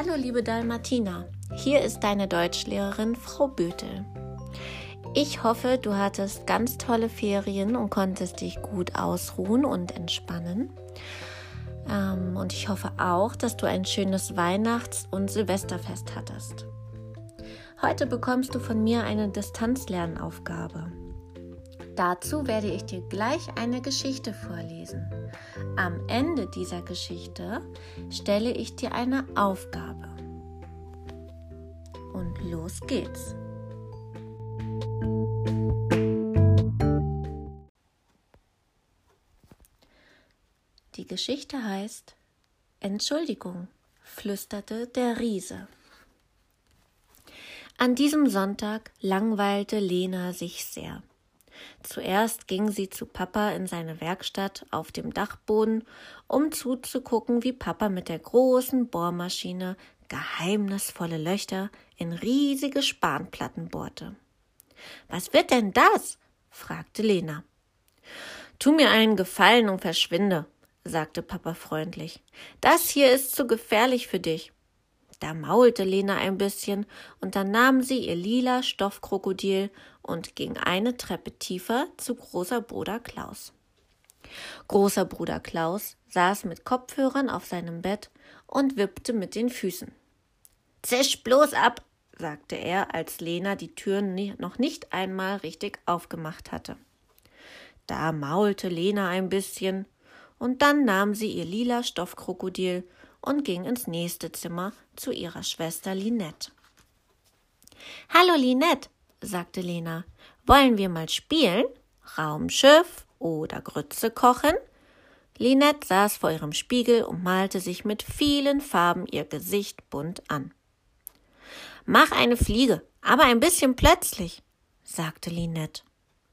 Hallo liebe Dalmatiner, hier ist deine Deutschlehrerin Frau Bötel. Ich hoffe, du hattest ganz tolle Ferien und konntest dich gut ausruhen und entspannen. Und ich hoffe auch, dass du ein schönes Weihnachts- und Silvesterfest hattest. Heute bekommst du von mir eine Distanzlernaufgabe. Dazu werde ich dir gleich eine Geschichte vorlesen. Am Ende dieser Geschichte stelle ich dir eine Aufgabe. Und los geht's. Die Geschichte heißt: Entschuldigung, flüsterte der Riese. An diesem Sonntag langweilte Lena sich sehr. Zuerst ging sie zu Papa in seine Werkstatt auf dem Dachboden, um zuzugucken, wie Papa mit der großen Bohrmaschine geheimnisvolle Löcher in riesige Spanplatten bohrte. »Was wird denn das?« fragte Lena. »Tu mir einen Gefallen und verschwinde«, sagte Papa freundlich. »Das hier ist zu gefährlich für dich.« Da maulte Lena ein bisschen und dann nahm sie ihr lila Stoffkrokodil und ging eine Treppe tiefer zu großer Bruder Klaus. Großer Bruder Klaus saß mit Kopfhörern auf seinem Bett und wippte mit den Füßen. »Zisch bloß ab«, sagte er, als Lena die Tür noch nicht einmal richtig aufgemacht hatte. Da maulte Lena ein bisschen und dann nahm sie ihr lila Stoffkrokodil und ging ins nächste Zimmer zu ihrer Schwester Linette. »Hallo Linette«, sagte Lena, »wollen wir mal spielen? Raumschiff oder Grütze kochen?« Linette saß vor ihrem Spiegel und malte sich mit vielen Farben ihr Gesicht bunt an. »Mach eine Fliege, aber ein bisschen plötzlich«, sagte Linette.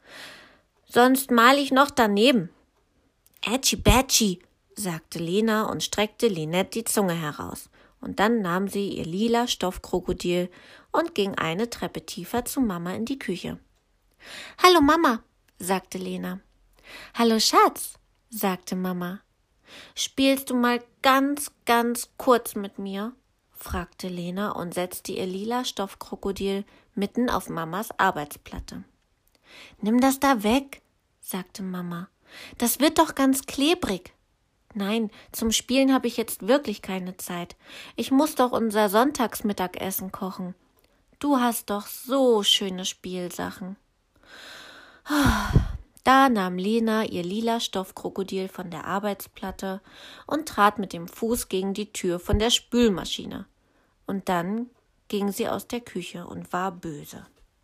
»Sonst mal ich noch daneben.« »Ätschi-bätschi«, sagte Lena und streckte Linette die Zunge heraus. Und dann nahm sie ihr lila Stoffkrokodil und ging eine Treppe tiefer zu Mama in die Küche. »Hallo Mama«, sagte Lena. »Hallo Schatz«, sagte Mama. »Spielst du mal ganz, ganz kurz mit mir?« fragte Lena und setzte ihr lila Stoffkrokodil mitten auf Mamas Arbeitsplatte. »Nimm das da weg«, sagte Mama. »Das wird doch ganz klebrig.« »Nein, zum Spielen habe ich jetzt wirklich keine Zeit. Ich muss doch unser Sonntagsmittagessen kochen. Du hast doch so schöne Spielsachen.« Da nahm Lena ihr lila Stoffkrokodil von der Arbeitsplatte und trat mit dem Fuß gegen die Tür von der Spülmaschine. Und dann ging sie aus der Küche und war böse.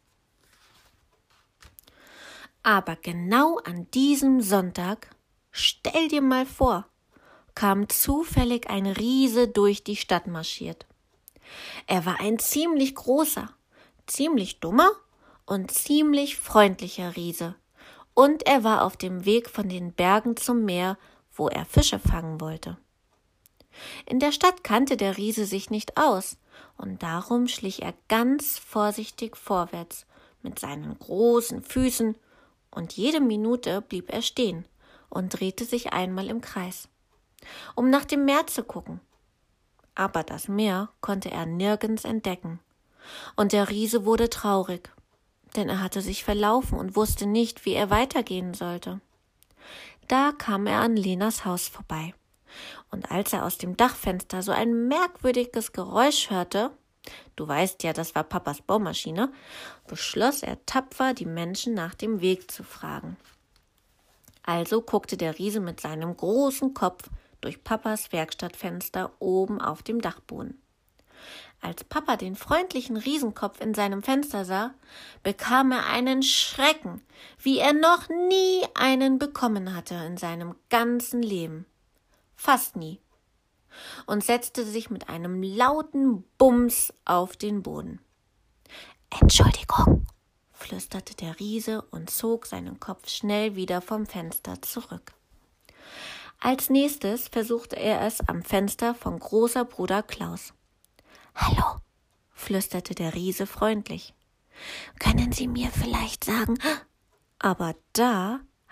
Aber genau an diesem Sonntag, stell dir mal vor, kam zufällig ein Riese durch die Stadt marschiert. Er war ein ziemlich großer, ziemlich dummer und ziemlich freundlicher Riese. Und er war auf dem Weg von den Bergen zum Meer, wo er Fische fangen wollte. In der Stadt kannte der Riese sich nicht aus, und darum schlich er ganz vorsichtig vorwärts mit seinen großen Füßen, und jede Minute blieb er stehen und drehte sich einmal im Kreis, um nach dem Meer zu gucken. Aber das Meer konnte er nirgends entdecken, und der Riese wurde traurig, denn er hatte sich verlaufen und wusste nicht, wie er weitergehen sollte. Da kam er an Lenas Haus vorbei, und als er aus dem Dachfenster so ein merkwürdiges Geräusch hörte, du weißt ja, das war Papas Bohrmaschine, beschloss er tapfer, die Menschen nach dem Weg zu fragen. Also guckte der Riese mit seinem großen Kopf durch Papas Werkstattfenster oben auf dem Dachboden. Als Papa den freundlichen Riesenkopf in seinem Fenster sah, bekam er einen Schrecken, wie er noch nie einen bekommen hatte in seinem ganzen Leben. Fast nie. Und setzte sich mit einem lauten Bums auf den Boden. »Entschuldigung«, flüsterte der Riese und zog seinen Kopf schnell wieder vom Fenster zurück. Als nächstes versuchte er es am Fenster von großer Bruder Klaus. »Hallo«, flüsterte der Riese freundlich. »Können Sie mir vielleicht sagen...« Aber da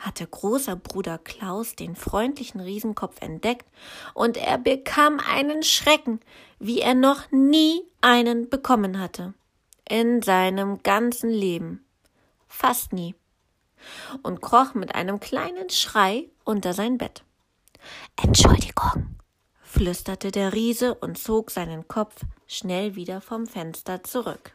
hatte großer Bruder Klaus den freundlichen Riesenkopf entdeckt und er bekam einen Schrecken, wie er noch nie einen bekommen hatte. In seinem ganzen Leben. Fast nie. Und kroch mit einem kleinen Schrei unter sein Bett. »Entschuldigung«, flüsterte der Riese und zog seinen Kopf schnell wieder vom Fenster zurück.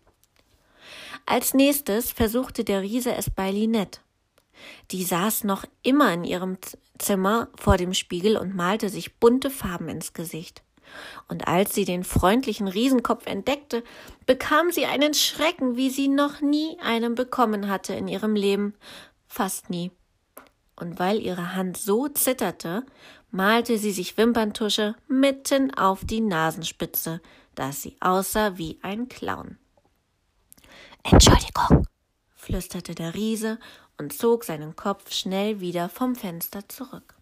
Als nächstes versuchte der Riese es bei Linette. Die saß noch immer in ihrem Zimmer vor dem Spiegel und malte sich bunte Farben ins Gesicht. Und als sie den freundlichen Riesenkopf entdeckte, bekam sie einen Schrecken, wie sie noch nie einen bekommen hatte in ihrem Leben. Fast nie. Und weil ihre Hand so zitterte, malte sie sich Wimperntusche mitten auf die Nasenspitze, dass sie aussah wie ein Clown. »Entschuldigung«, flüsterte der Riese und zog seinen Kopf schnell wieder vom Fenster zurück.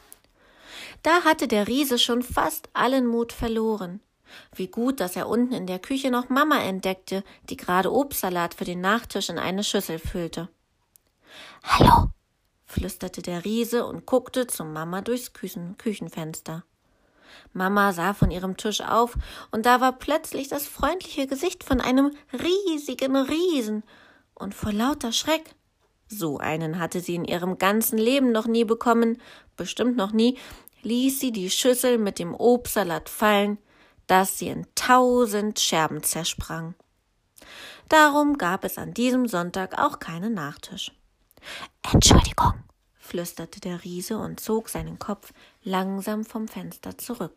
Da hatte der Riese schon fast allen Mut verloren. Wie gut, dass er unten in der Küche noch Mama entdeckte, die gerade Obstsalat für den Nachtisch in eine Schüssel füllte. »Hallo«, flüsterte der Riese und guckte zu Mama durchs Küchenfenster. Mama sah von ihrem Tisch auf, und da war plötzlich das freundliche Gesicht von einem riesigen Riesen, und vor lauter Schreck, so einen hatte sie in ihrem ganzen Leben noch nie bekommen, bestimmt noch nie, ließ sie die Schüssel mit dem Obstsalat fallen, dass sie in 1000 Scherben zersprang. Darum gab es an diesem Sonntag auch keinen Nachtisch. »Entschuldigung«, flüsterte der Riese und zog seinen Kopf langsam vom Fenster zurück.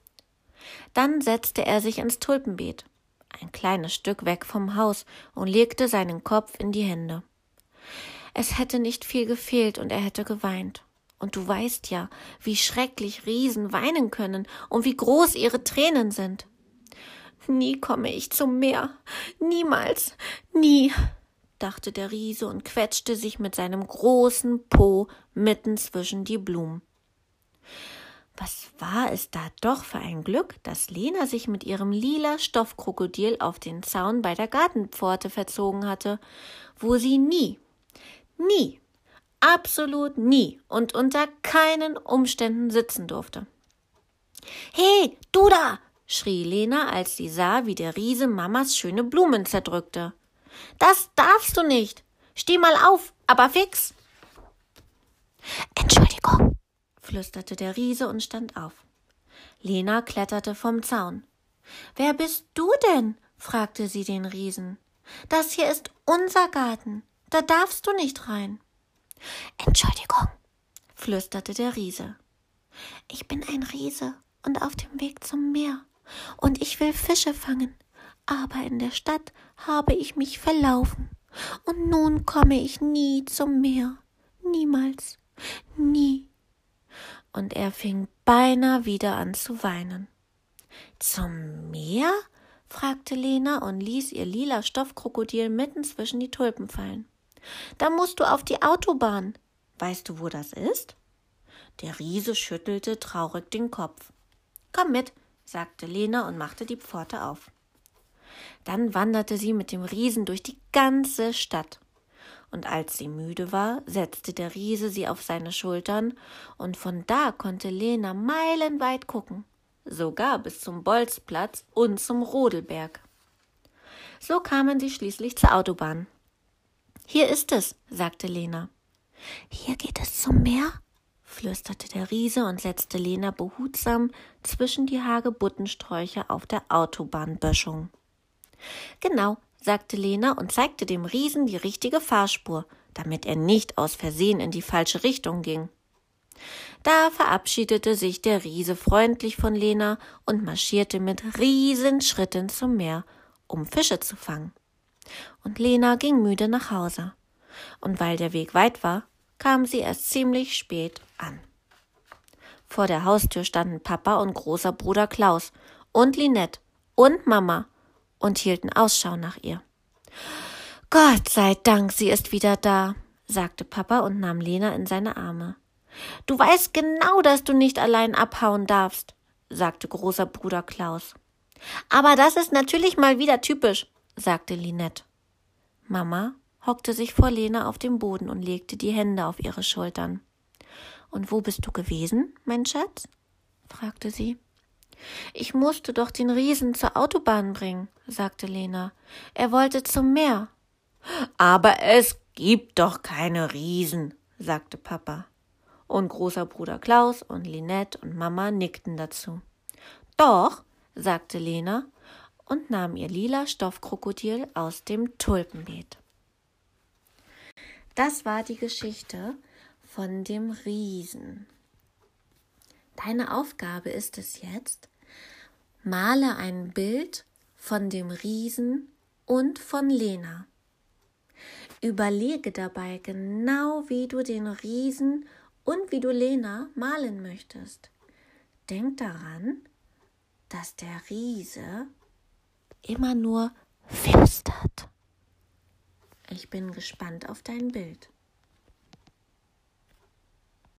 Dann setzte er sich ins Tulpenbeet, ein kleines Stück weg vom Haus, und legte seinen Kopf in die Hände. Es hätte nicht viel gefehlt und er hätte geweint. Und du weißt ja, wie schrecklich Riesen weinen können und wie groß ihre Tränen sind. »Nie komme ich zum Meer, niemals, nie«, dachte der Riese und quetschte sich mit seinem großen Po mitten zwischen die Blumen. Was war es da doch für ein Glück, dass Lena sich mit ihrem lila Stoffkrokodil auf den Zaun bei der Gartenpforte verzogen hatte, wo sie nie, absolut nie und unter keinen Umständen sitzen durfte. »Hey, du da«, schrie Lena, als sie sah, wie der Riese Mamas schöne Blumen zerdrückte. »Das darfst du nicht. Steh mal auf, aber fix.« »Entschuldigung«, flüsterte der Riese und stand auf. Lena kletterte vom Zaun. »Wer bist du denn?« fragte sie den Riesen. »Das hier ist unser Garten. Da darfst du nicht rein.« »Entschuldigung«, flüsterte der Riese. »Ich bin ein Riese und auf dem Weg zum Meer, und ich will Fische fangen, aber in der Stadt habe ich mich verlaufen, und nun komme ich nie zum Meer, niemals, nie.« Und er fing beinahe wieder an zu weinen. »Zum Meer?« fragte Lena und ließ ihr lila Stoffkrokodil mitten zwischen die Tulpen fallen. »Da musst du auf die Autobahn. Weißt du, wo das ist?« Der Riese schüttelte traurig den Kopf. »Komm mit«, sagte Lena und machte die Pforte auf. Dann wanderte sie mit dem Riesen durch die ganze Stadt. Und als sie müde war, setzte der Riese sie auf seine Schultern, und von da konnte Lena meilenweit gucken, sogar bis zum Bolzplatz und zum Rodelberg. So kamen sie schließlich zur Autobahn. »Hier ist es«, sagte Lena. »Hier geht es zum Meer?«, flüsterte der Riese und setzte Lena behutsam zwischen die Hagebuttensträucher auf der Autobahnböschung. »Genau«, sagte Lena und zeigte dem Riesen die richtige Fahrspur, damit er nicht aus Versehen in die falsche Richtung ging. Da verabschiedete sich der Riese freundlich von Lena und marschierte mit Riesenschritten zum Meer, um Fische zu fangen. Und Lena ging müde nach Hause. Und weil der Weg weit war, kam sie erst ziemlich spät an. Vor der Haustür standen Papa und großer Bruder Klaus und Linette und Mama und hielten Ausschau nach ihr. »Gott sei Dank, sie ist wieder da«, sagte Papa und nahm Lena in seine Arme. »Du weißt genau, dass du nicht allein abhauen darfst«, sagte großer Bruder Klaus. »Aber das ist natürlich mal wieder typisch«, sagte Linette. Mama hockte sich vor Lena auf den Boden und legte die Hände auf ihre Schultern. »Und wo bist du gewesen, mein Schatz?« fragte sie. »Ich musste doch den Riesen zur Autobahn bringen«, sagte Lena. »Er wollte zum Meer.« »Aber es gibt doch keine Riesen«, sagte Papa. Und großer Bruder Klaus und Linette und Mama nickten dazu. »Doch«, sagte Lena und nahm ihr lila Stoffkrokodil aus dem Tulpenbeet. Das war die Geschichte von dem Riesen. Deine Aufgabe ist es jetzt, male ein Bild von dem Riesen und von Lena. Überlege dabei genau, wie du den Riesen und wie du Lena malen möchtest. Denk daran, dass der Riese immer nur flüstert. Ich bin gespannt auf dein Bild.